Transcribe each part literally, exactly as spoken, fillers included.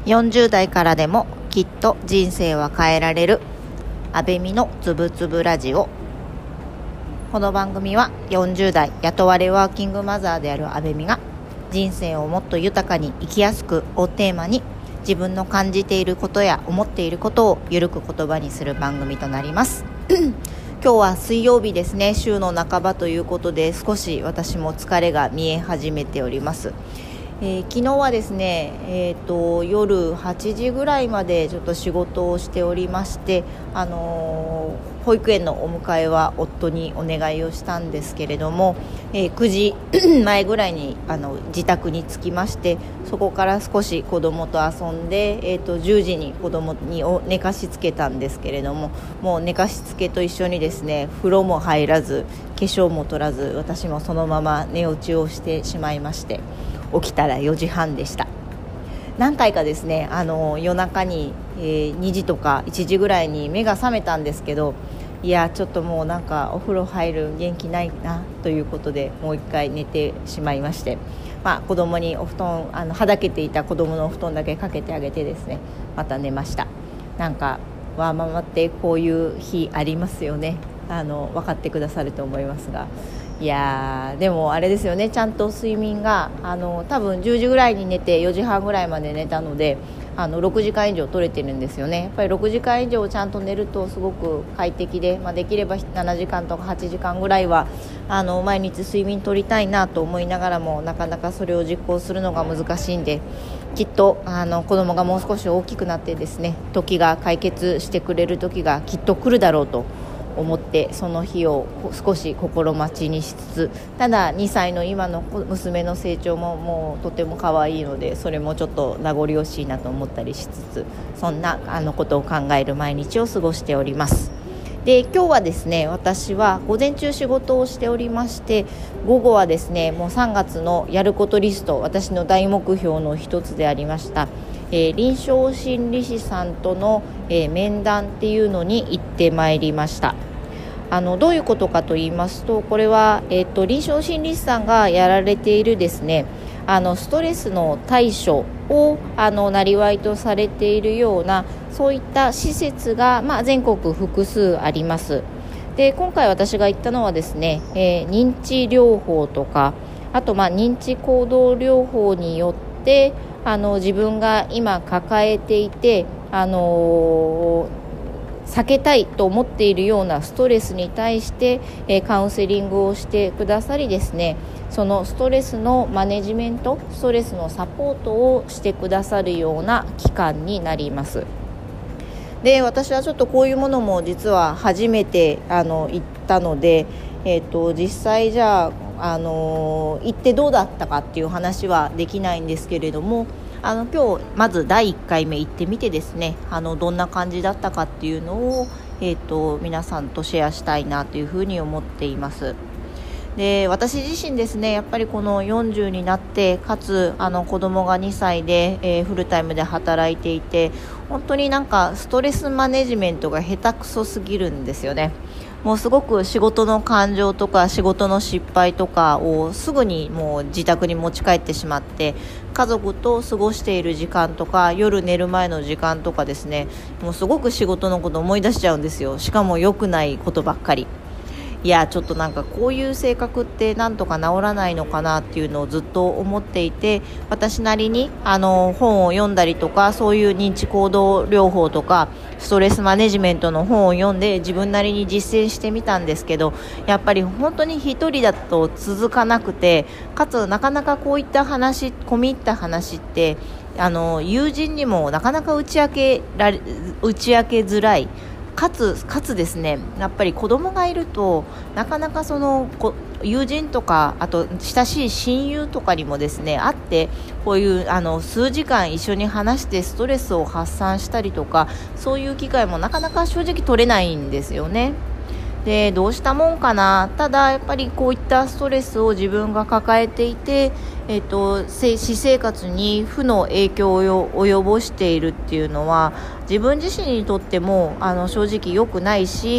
よんじゅう代からでもきっと人生は変えられるあべみのつぶつぶラジオ。この番組はよんじゅう代雇われワーキングマザーであるあべみが人生をもっと豊かに生きやすくをテーマに自分の感じていることや思っていることをゆるく言葉にする番組となります今日は水曜日ですね。週の半ばということで少し私も疲れが見え始めております。えー、昨日はですね、えー、と夜はちじぐらいまでちょっと仕事をしておりまして、あのー、保育園のお迎えは夫にお願いをしたんですけれども、えー、くじまえぐらいにあの自宅に着きまして、そこから少し子供と遊んで、えー、とじゅうじに子供にお寝かしつけたんですけれども、もう寝かしつけと一緒にですね、風呂も入らず化粧も取らず私もそのまま寝落ちをしてしまいまして、起きたらよじはんでした。何回かですね、あの夜中に、えー、にじとかいちじぐらいに目が覚めたんですけど、いやちょっともうなんかお風呂入る元気ないなということでもう一回寝てしまいまして、まあ、子供にお布団あのはだけていた子供のお布団だけかけてあげてですね、また寝ました。なんかワーママってこういう日ありますよね。あの分かってくださると思いますが、いやでもあれですよね、ちゃんと睡眠があの多分じゅうじぐらいに寝てよじはんぐらいまで寝たので、あのろくじかん以上取れてるんですよね。やっぱりろくじかん以上ちゃんと寝るとすごく快適で、まあ、できればななじかんとかはちじかんぐらいはあの毎日睡眠取りたいなと思いながらも、なかなかそれを実行するのが難しいんで、きっとあの子供がもう少し大きくなってですね、時が解決してくれる時がきっと来るだろうと思って、その日を少し心待ちにしつつ、ただにさいの今の娘の成長ももうとても可愛いので、それもちょっと名残惜しいなと思ったりしつつ、そんなあのことを考える毎日を過ごしております。で今日はですね、私は午前中仕事をしておりまして、午後はですね、もうさんがつのやることリスト、私の大目標の一つでありましたえー、臨床心理士さんとの、えー、面談っていうのに行ってまいりました。あのどういうことかと言いますと、これは、えー、と臨床心理士さんがやられているですね、あのストレスの対処をあのなりわいとされているような、そういった施設が、まあ、全国複数あります。で今回私が行ったのはですね、えー、認知療法とか、あと、まあ、認知行動療法によってあの自分が今抱えていて、あのー、避けたいと思っているようなストレスに対して、えー、カウンセリングをしてくださりですね、そのストレスのマネジメント、ストレスのサポートをしてくださるような機関になります。で私はちょっとこういうものも実は初めてあの行ったので、えーと、実際じゃああの行ってどうだったかっていう話はできないんですけれども、あの今日まずだいいっかいめ行ってみてですね、あのどんな感じだったかっていうのを、えーと、皆さんとシェアしたいなというふうに思っています。で私自身ですね、やっぱりこのよんじゅうになって、かつあの子供がにさいで、えー、フルタイムで働いていて、本当になんかストレスマネジメントが下手くそすぎるんですよね。もうすごく仕事の感情とか仕事の失敗とかをすぐにもう自宅に持ち帰ってしまって、家族と過ごしている時間とか夜寝る前の時間とかですね、もうすごく仕事のこと思い出しちゃうんですよ。しかも良くないことばっかり。いやちょっとなんかこういう性格ってなんとか治らないのかなっていうのをずっと思っていて、私なりにあの本を読んだりとか、そういう認知行動療法とかストレスマネジメントの本を読んで自分なりに実践してみたんですけど、やっぱり本当に一人だと続かなくて、かつなかなかこういった話、込み入った話ってあの友人にもなかなか打ち明けられ打ち明けづらい、かつかつですね、やっぱり子供がいるとなかなかその友人とか、あと親しい親友とかにもですね会って、こういうあの数時間一緒に話してストレスを発散したりとか、そういう機会もなかなか正直取れないんですよね。でどうしたもんかな。ただやっぱりこういったストレスを自分が抱えていて、えっと、私生活に負の影響を及ぼしているっていうのは、自分自身にとってもあの正直良くないし、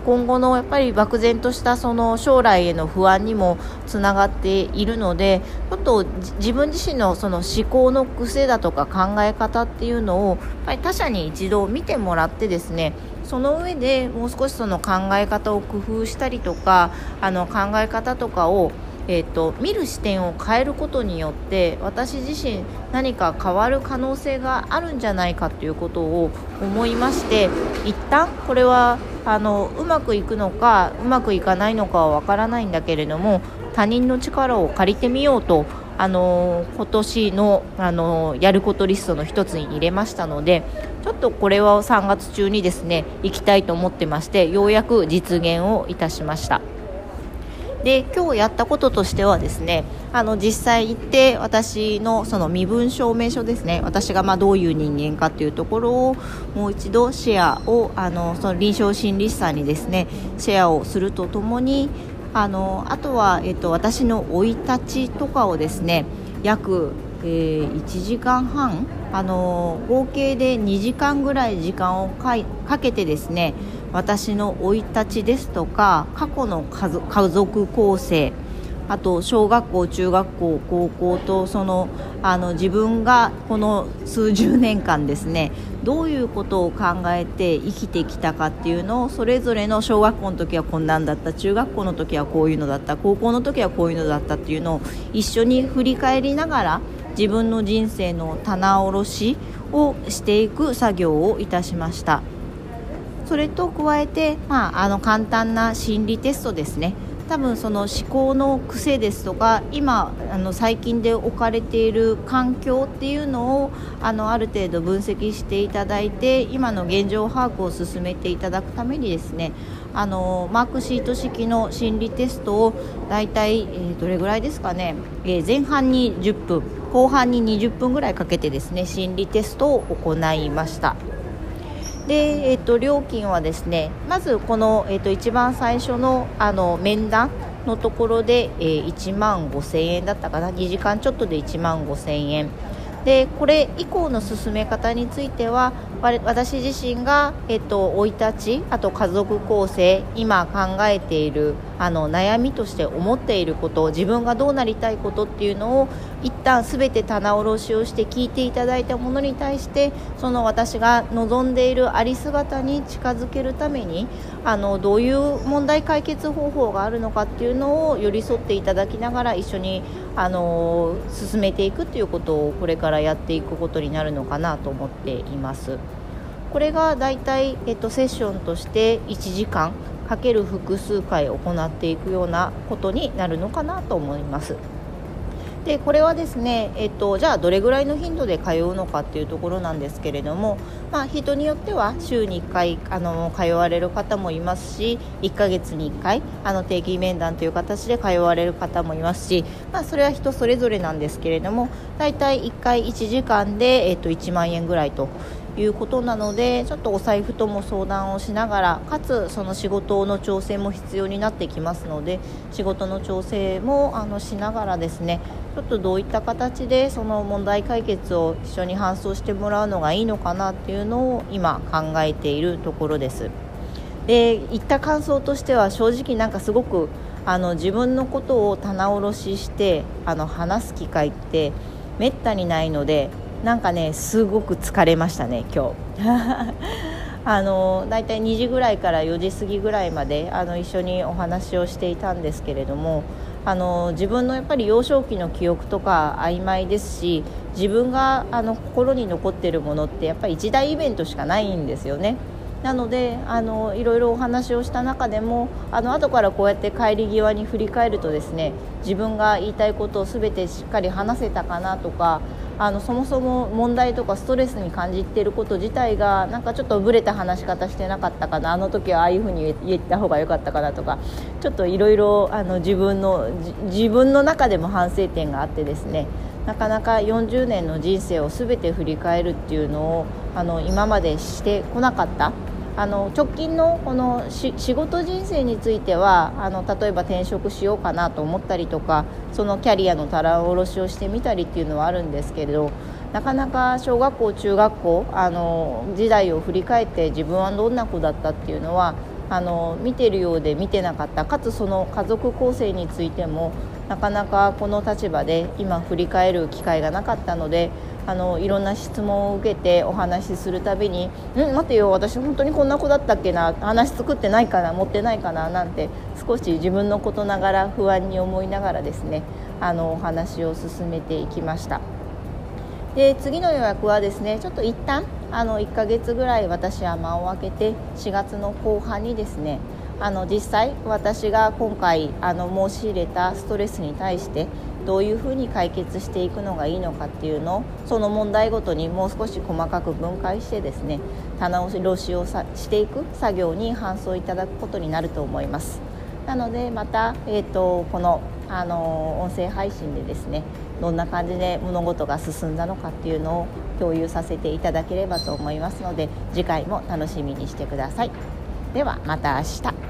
今後のやっぱり漠然としたその将来への不安にもつながっているので、ちょっと自分自身のその思考の癖だとか考え方っていうのをやっぱり他者に一度見てもらってですね、その上でもう少しその考え方を工夫したりとか、あの考え方とかをえーと、見る視点を変えることによって私自身何か変わる可能性があるんじゃないかということを思いまして、一旦これはあのうまくいくのかうまくいかないのかはわからないんだけれども、他人の力を借りてみようとあの今年の、あのやることリストの一つに入れましたので、ちょっとこれはさんがつ中にですね行きたいと思ってまして、ようやく実現をいたしました。で今日やったこととしてはですね、あの実際行って私のその身分証明書ですね、私がまあどういう人間かというところをもう一度シェアをあのその臨床心理士さんにですねシェアをするとともに、あのあとは、えっと、私の生い立ちとかをですね約、えー、いちじかんはん、あの合計でにじかんぐらい時間をかいかけてですね、私の生い立ちですとか過去の家族、家族構成、あと小学校中学校高校とそのあの自分がこの数十年間ですねどういうことを考えて生きてきたかっていうのを、それぞれの小学校の時はこんなんだった、中学校の時はこういうのだった、高校の時はこういうのだったっていうのを一緒に振り返りながら自分の人生の棚卸しをしていく作業をいたしました。それと加えて、まあ、あの簡単な心理テストですね。多分その思考の癖ですとか、今あの最近で置かれている環境っていうのを あのある程度分析していただいて、今の現状把握を進めていただくためにですね、あのマークシート式の心理テストをだいたい、えー、どれぐらいですかね、えー、前半にじゅっぷん、後半ににじゅっぷんぐらいかけてですね心理テストを行いました。で、えっと、料金はですね、まずこの、えっと、一番最初の、あの面談のところで、えー、いちまんごせんえんだったかな、にじかんちょっとでいちまんごせんえんで、これ以降の進め方については私自身が、えっと、生い立ち、あと家族構成、今考えているあの悩みとして思っていること、自分がどうなりたいことっていうのを一旦すべて棚卸しをして聞いていただいたものに対して、その私が望んでいるあり姿に近づけるためにあのどういう問題解決方法があるのかっていうのを寄り添っていただきながら一緒にあの進めていくということをこれからやっていくことになるのかなと思っています。これがだいたい、えっと、セッションとしていちじかんかける複数回行っていくようなことになるのかなと思います。でこれはですね、えっと、じゃあどれぐらいの頻度で通うのかっていうところなんですけれども、まあ、人によっては週にいっかいあの通われる方もいますし、いっかげつにいっかいあの定期面談という形で通われる方もいますし、まあ、それは人それぞれなんですけれども、だいたいいっかいいちじかんで、えっと、いちまんえんぐらいということなので、ちょっとお財布とも相談をしながら、かつその仕事の調整も必要になってきますので、仕事の調整もあのしながらですね、ちょっとどういった形でその問題解決を一緒に搬送してもらうのがいいのかなっていうのを今考えているところです。で、言った感想としては正直なんかすごくあの自分のことを棚卸ししてあの話す機会ってめったにないので、なんかねすごく疲れましたね今日あのだいたいにじぐらいからよじ過ぎぐらいまであの一緒にお話をしていたんですけれども、あの自分のやっぱり幼少期の記憶とか曖昧ですし、自分があの心に残っているものってやっぱり一大イベントしかないんですよね。なのであのいろいろお話をした中でも、あの後からこうやって帰り際に振り返るとですね、自分が言いたいことを全てしっかり話せたかなとか、あのそもそも問題とかストレスに感じていること自体がなんかちょっとブレた話し方してなかったかな、あの時はああいうふうに言った方が良かったかなとか、ちょっといろいろあの自分の自分の中でも反省点があってですね、なかなかよんじゅうねんの人生を全て振り返るっていうのをあの今までしてこなかった。あの直近のこのし仕事人生についてはあの例えば転職しようかなと思ったりとか、そのキャリアの棚卸しをしてみたりっていうのはあるんですけれど、なかなか小学校中学校あの時代を振り返って自分はどんな子だったっていうのはあの見てるようで見てなかった、かつその家族構成についてもなかなかこの立場で今振り返る機会がなかったので、あのいろんな質問を受けてお話しするたびに「ん待てよ、私本当にこんな子だったっけな、話作ってないかな、持ってないかな」なんて少し自分のことながら不安に思いながらですね、あのお話を進めていきました。で次の予約はですね、ちょっと一旦あのいっかげつぐらい私は間を空けてしがつの後半にですね、あの実際私が今回あの申し入れたストレスに対してどういうふうに解決していくのがいいのかっていうのを、その問題ごとにもう少し細かく分解してですね、棚卸しをさしていく作業に搬送いただくことになると思います。なのでまた、えーと、この、あの音声配信でですね、どんな感じで物事が進んだのかっていうのを共有させていただければと思いますので、次回も楽しみにしてください。ではまた明日。